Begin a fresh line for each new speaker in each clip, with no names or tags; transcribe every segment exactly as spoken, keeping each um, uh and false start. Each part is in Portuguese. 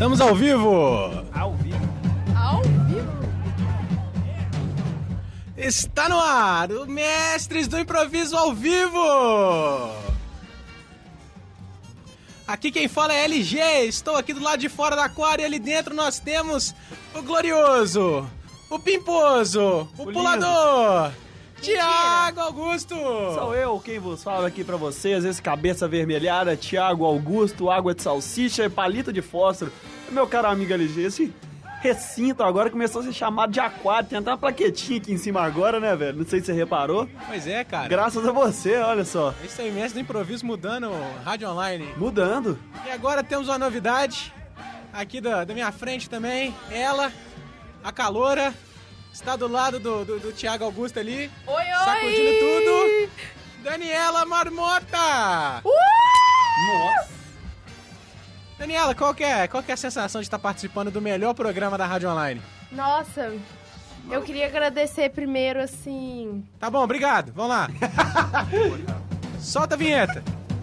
Estamos ao vivo!
Ao vivo.
Ao vivo?
Está no ar o Mestres do Improviso ao vivo! Aqui quem fala é L G, estou aqui do lado de fora da aquário e ali dentro nós temos o glorioso, o pimposo, o, o pulador, Thiago Augusto!
Sou eu quem vos fala aqui pra vocês, esse cabeça avermelhada, Thiago Augusto, água de salsicha e palito de fósforo. Meu caro amigo L G, esse recinto agora começou a ser chamado de aquário, tem até uma plaquetinha aqui em cima agora, né, velho? Não sei se você reparou.
Pois é, cara.
Graças a você, olha só.
Esse é o Mestre do Improviso mudando rádio online.
Mudando.
E agora temos uma novidade, aqui da, da minha frente também, ela, a caloura, está do lado do, do, do Thiago Augusto ali,
Oi, oi!
sacudindo tudo, Daniela Marmota!
Uh!
Nossa.
Daniela, qual que é, qual que é a sensação de estar participando do melhor programa da rádio online?
Nossa, eu queria agradecer primeiro, assim...
Tá bom, obrigado, vamos lá. Solta a vinheta.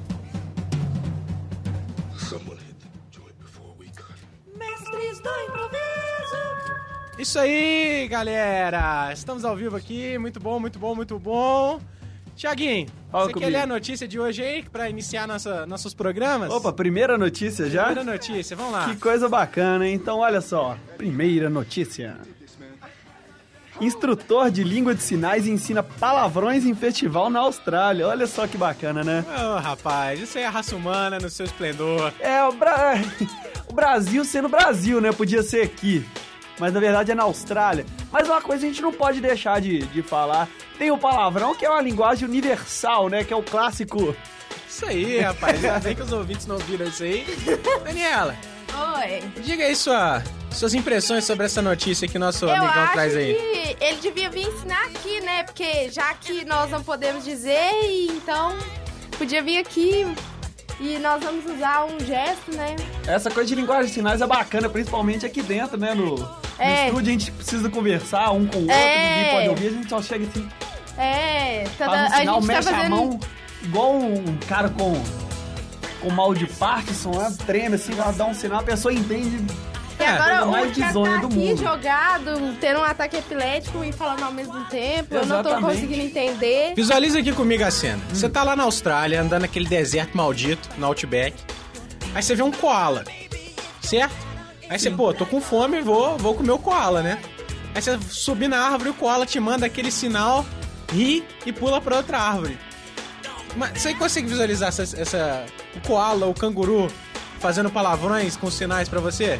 Mestres do Improviso!
Isso aí, galera! Estamos ao vivo aqui, muito bom, muito bom, muito bom. Tiaguinho,
Fala
você
comigo.
quer ler a notícia de hoje aí, pra iniciar nossa, nossos programas?
Opa, primeira notícia já?
Primeira notícia, vamos lá.
Que coisa bacana, hein? Então, olha só. Primeira notícia. Instrutor de língua de sinais ensina palavrões em festival na Austrália. Olha só que bacana, né?
Ô, rapaz, isso aí é a raça humana no seu esplendor.
É, o, Bra... o Brasil sendo Brasil, né? Podia ser aqui. Mas na verdade é na Austrália. Mas uma coisa a gente não pode deixar de, de falar. Tem o palavrão, que é uma linguagem universal, né? Que é o clássico.
Isso aí, rapaz. Ainda bem que os ouvintes não viram isso aí. Daniela,
Oi.
diga aí sua, suas impressões sobre essa notícia que nosso
Eu
amigão
acho
traz aí.
que ele devia vir ensinar aqui, né? Porque já que nós não podemos dizer, então podia vir aqui e nós vamos usar um gesto, né?
Essa coisa de linguagem de sinais é bacana, principalmente aqui dentro, né? No, no
É.
estúdio a gente precisa conversar um com o outro,
É.
ninguém pode ouvir, a gente só chega assim,
É, toda,
faz um
a
sinal,
gente tá
mexe a
fazendo...
mão, igual um cara com, com mal de Parkinson, né? Treme assim, ela dá um sinal, a pessoa entende.
E agora
coisa mais
o cara
bizonha
tá
do
aqui
mundo.
jogado, tendo um ataque epilético e falando ao mesmo tempo. Eu não tô
Exatamente.
conseguindo entender.
Visualiza aqui comigo a cena. Você tá lá na Austrália, andando naquele deserto maldito, no Outback. Aí você vê um koala, certo? Aí você, pô, tô com fome, vou, vou comer o koala, né? Aí você subir na árvore, o koala te manda aquele sinal, ri e pula pra outra árvore. Mas você consegue visualizar essa, essa, o koala, o canguru, fazendo palavrões com sinais pra você?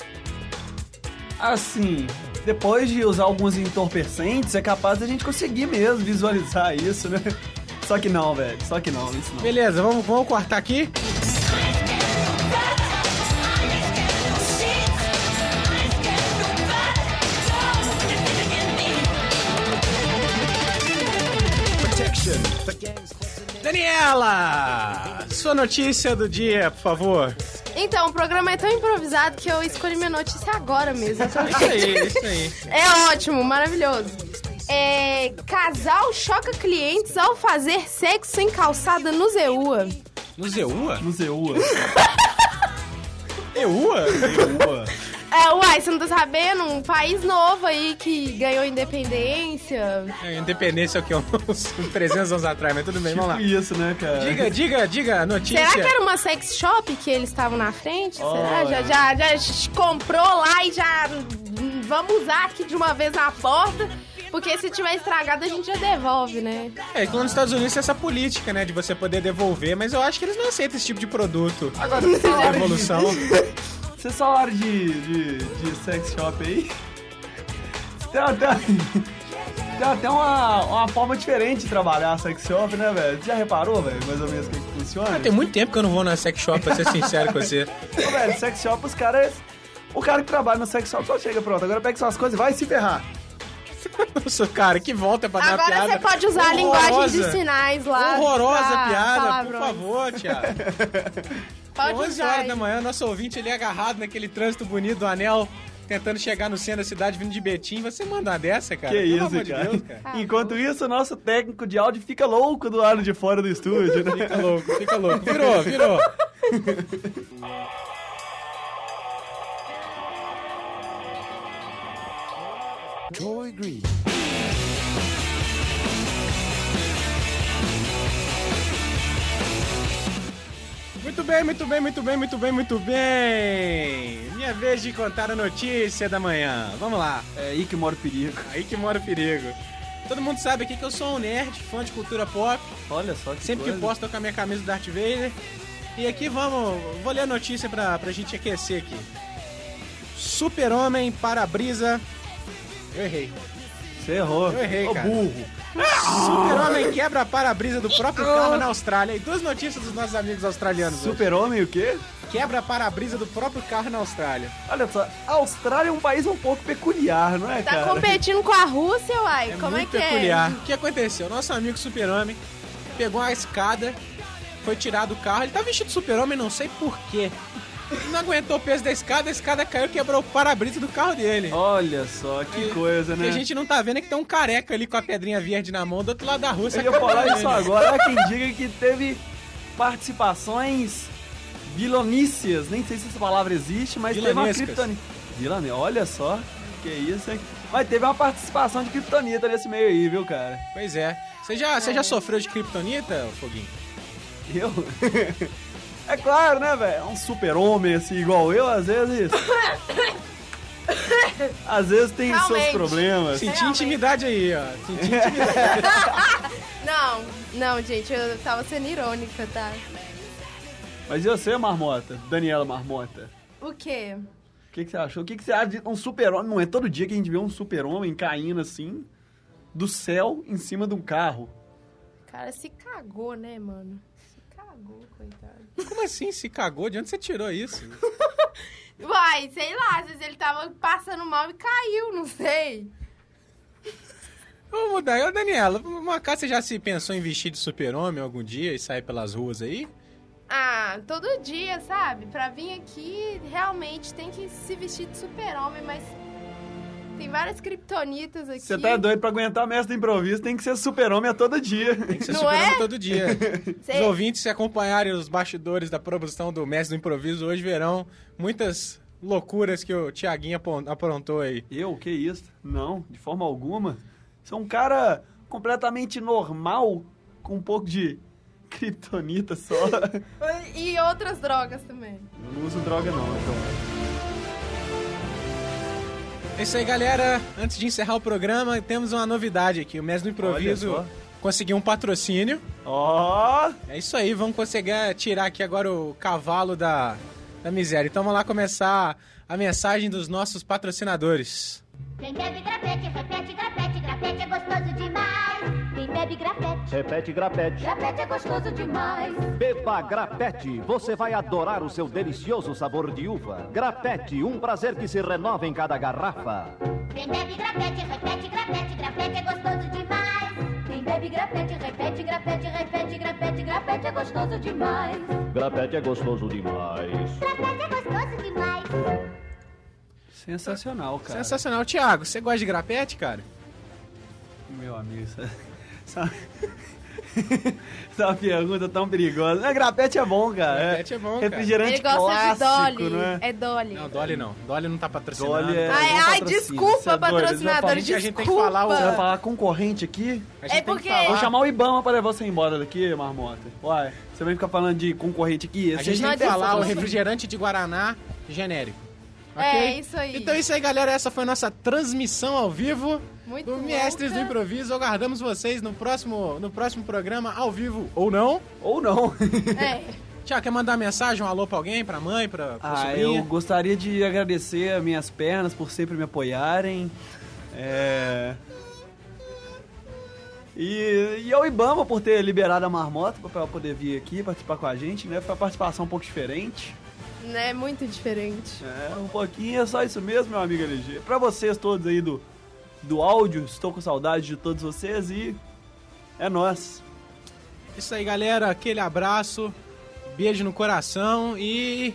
Assim, depois de usar alguns entorpecentes, é capaz da gente conseguir mesmo visualizar isso, né? Só que não, velho, só que não, isso não.
Beleza, vamos, vamos cortar aqui. Daniela, sua notícia do dia, por favor.
Então, o programa é tão improvisado que eu escolhi minha notícia agora mesmo.
Isso aí, isso aí.
É ótimo, maravilhoso. É, casal choca clientes ao fazer sexo em calçada no Zeua.
No Zeua?
No Zeua.
Eua?
Zeua.
É, uai, você não tá sabendo? Um país novo aí que ganhou independência.
É, independência é o que? Uns trezentos anos atrás, mas tudo bem, vamos lá.
Tipo isso, né, cara?
Diga, diga, diga a notícia.
Será que era uma sex shop que eles estavam na frente? Será?
Olha.
Já, já, já comprou lá e já hum, vamos usar aqui de uma vez na porta? Porque se tiver estragado a gente já devolve, né?
É, que lá nos Estados Unidos tem essa política, né, de você poder devolver, mas eu acho que eles não aceitam esse tipo de produto.
Agora, você falaram de,
Evolução.
você falaram de, de, de sex shop aí? Tem até, tem até uma, uma forma diferente de trabalhar a sex shop, né, velho? Você já reparou, velho, mais ou menos como que funciona?
Tem muito tempo que eu não vou na sex shop, pra ser sincero com você.
Ô, velho, sex shop, os caras... O cara que trabalha no sex shop só chega, pronto, agora pega suas coisas e vai se ferrar.
Nossa, cara, que volta pra dar
Agora
piada.
você pode usar a
horrorosa.
linguagem de sinais lá.
Horrorosa
pra
piada,
palavrões.
por favor, Thiago.
Pode
onze
usar
horas
aí.
da manhã, nosso ouvinte ali agarrado naquele trânsito bonito do anel, tentando chegar no centro da cidade vindo de Betim. Você manda uma dessa, cara?
Que
Pelo
isso,
amor de
cara.
Deus, cara.
Tá
Enquanto isso, o nosso técnico de áudio fica louco do lado de fora do estúdio, né?
Fica louco, fica louco. Virou, virou.
Troy Green.
Muito bem, muito bem, muito bem, muito bem, muito bem. Minha vez de contar a notícia da manhã. Vamos lá.
É aí que mora o perigo.
Aí que mora o perigo. Todo mundo sabe aqui que eu sou um nerd, fã de cultura pop.
Olha só que
Sempre
coisa.
que posso, tô com a minha camisa do Darth Vader. E aqui vamos... Vou ler a notícia pra, pra gente aquecer aqui. Super-Homem para-brisa... Eu errei.
Você errou.
Eu errei,
Ô,
cara.
burro.
Super-Homem quebra para-brisa do próprio carro na Austrália. E duas notícias dos nossos amigos australianos hoje.
Super-Homem o quê?
Quebra para-brisa do próprio carro na Austrália.
Olha só, a Austrália é um país um pouco peculiar, não é,
Tá
cara?
competindo com a Rússia, uai.
É
Como
muito
é que
peculiar. O que aconteceu? Nosso amigo Super-Homem pegou uma escada, foi tirar do carro. Ele tá vestido de Super-Homem, não sei porquê. Não aguentou o peso da escada, a escada caiu e quebrou o para-brisa do carro dele.
Olha só, que
E-
coisa,
O
né?
que a gente não tá vendo é que tem um careca ali com a pedrinha verde na mão do outro lado da rua.
Eu ia falar isso agora. Há quem diga que teve participações vilonícias. Nem sei se essa palavra existe, mas teve uma
Vilanescas.
criptonita. Vilane... Olha só, que isso, hein? Mas teve uma participação de criptonita nesse meio aí, viu, cara?
Pois é. Você já, você já sofreu de kryptonita, Foguinho?
Eu? É claro, né, velho? É um super-homem, assim, igual eu, às vezes... Às vezes tem seus
Realmente.
problemas.
Senti
Realmente.
intimidade aí, ó. Senti intimidade.
Não, não, gente, eu tava sendo irônica, tá?
Mas e você, Marmota? Daniela Marmota?
O quê?
O que, que você achou? O que, que você acha de um super-homem? Não é todo dia que a gente vê um super-homem caindo assim, do céu, em cima de um carro.
Cara, se cagou, né, mano? Se cagou, coitado.
Como assim se cagou? De onde você tirou isso?
Uai, sei lá, às vezes ele tava passando mal e caiu, não sei.
Vamos mudar. Ô, Daniela, uma casa você já se pensou em vestir de super-homem algum dia e sair pelas ruas aí?
Ah, todo dia, sabe? Pra vir aqui, realmente tem que se vestir de super-homem, mas tem várias criptonitas aqui.
Você tá doido pra aguentar mestre do improviso, tem que ser super-homem a todo dia.
Tem que ser
Não
super-homem
é?
todo dia.
Cê-
Os ouvintes, se acompanharem os bastidores da produção do Mestre do Improviso, hoje verão muitas loucuras que o Thiaguinho apon- aprontou aí.
Eu? Que isso? Não, de forma alguma. Sou um cara completamente normal, com um pouco de criptonita só.
E outras drogas também.
Eu não uso droga não, então.
É isso aí, galera. Antes de encerrar o programa, temos uma novidade aqui. O Mestre do Improviso
Olha só.
conseguiu um patrocínio.
Ó!
É isso aí, vamos conseguir tirar aqui agora o cavalo da, da miséria. Então vamos lá começar a mensagem dos nossos patrocinadores.
Quem bebe grapete, repete grapete, grapete é gostoso demais. Quem bebe grapete,
Repete grapete.
grapete é gostoso demais.
Beba grapete. Você vai adorar o seu delicioso sabor de uva. Grapete, um prazer que se renova em cada garrafa.
Quem bebe grapete, repete grapete, grapete é gostoso demais. Quem bebe grapete, repete grapete, repete grapete, grapete é gostoso demais.
Grapete é gostoso demais.
Grapete é gostoso demais.
Sensacional, cara.
Sensacional. Thiago, você gosta de grapete, cara?
Meu amigo, essa, essa, essa é uma pergunta tão perigosa. Mas grapete é bom, cara.
Grapete é bom, cara.
Refrigerante
Ele gosta
clássico,
de Dolly.
não é?
É Dolly.
Não, Dolly não. Dolly não tá patrocinando.
Dolly é...
Ai,
não
ai,
patrocina,
desculpa,
você é doido,
patrocinador,
a gente- a gente tem que
desculpa.
falar o-
Você vai falar concorrente aqui?
A gente
É
tem que
porque-
falar-
Vou chamar o Ibama pra levar você embora daqui, Marmota. Uai, você vai ficar falando de concorrente aqui?
A
Esse
gente
Não
tem que
adianta
falar o
você.
refrigerante de Guaraná genérico.
É,
Ok?
isso aí.
Então é isso aí, galera. Essa foi a nossa transmissão ao vivo
Muito
do Mestres do
louca.
Improviso. Aguardamos vocês no próximo, no próximo programa, ao vivo ou não.
Ou não.
É.
Tiago, quer mandar mensagem, um alô pra alguém? Pra mãe, pra, pra
Ah,
sobrinha?
eu gostaria de agradecer as minhas pernas por sempre me apoiarem. É... E, e ao Ibama por ter liberado a marmota pra ela poder vir aqui participar com a gente, né? Foi uma participação um pouco diferente.
Né, muito diferente.
É, um pouquinho, é só isso mesmo, meu amigo L G. Pra vocês todos aí do, do áudio, estou com saudade de todos vocês e é nóis.
Isso aí, galera. Aquele abraço, beijo no coração e...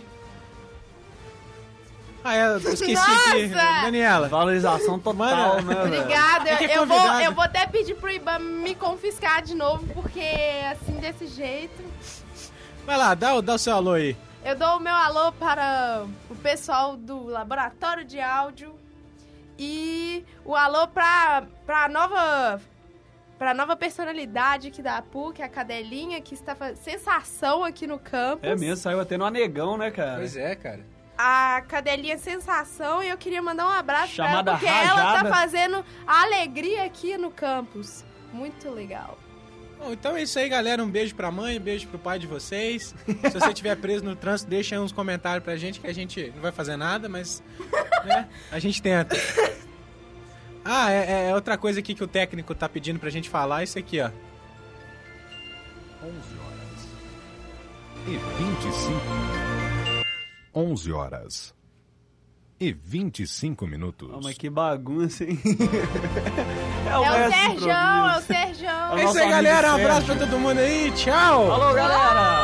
Ah, é, eu esqueci aqui.
Nossa!
Daniela.
Valorização total,
Mano,
né, velho?
Obrigada,
É que é
eu, vou,
convidado.
eu vou até pedir pro Ibama me confiscar de novo, porque assim, desse jeito...
Vai lá, dá, o- dá o seu alô aí.
Eu dou o meu alô para o pessoal do Laboratório de Áudio E o alô pra, pra nova... Pra nova personalidade aqui da P U C, a Cadelinha, que está fazendo sensação aqui no campus.
É mesmo, saiu até no Anegão, né, cara?
Pois é, cara.
A Cadelinha sensação, e eu queria mandar um abraço
Chamada
pra ela, porque
rajada.
ela tá fazendo a alegria aqui no campus. Muito legal.
Bom, então é isso aí, galera. Um beijo pra mãe, um beijo pro pai de vocês. Se você estiver preso no trânsito, deixa aí uns comentários pra gente, que a gente não vai fazer nada, mas né, a gente tenta. Ah, é, é outra coisa aqui que o técnico tá pedindo pra gente falar, isso aqui, ó.
onze horas e vinte e cinco. onze horas e vinte e cinco minutos.
Oh, mas que bagunça, hein?
É o
resto do
Serjão, é o
improviso.
Serjão.
É isso
nosso
aí,
amigo
galera. Um
Sérgio.
abraço pra todo mundo aí. Tchau.
Falou, galera!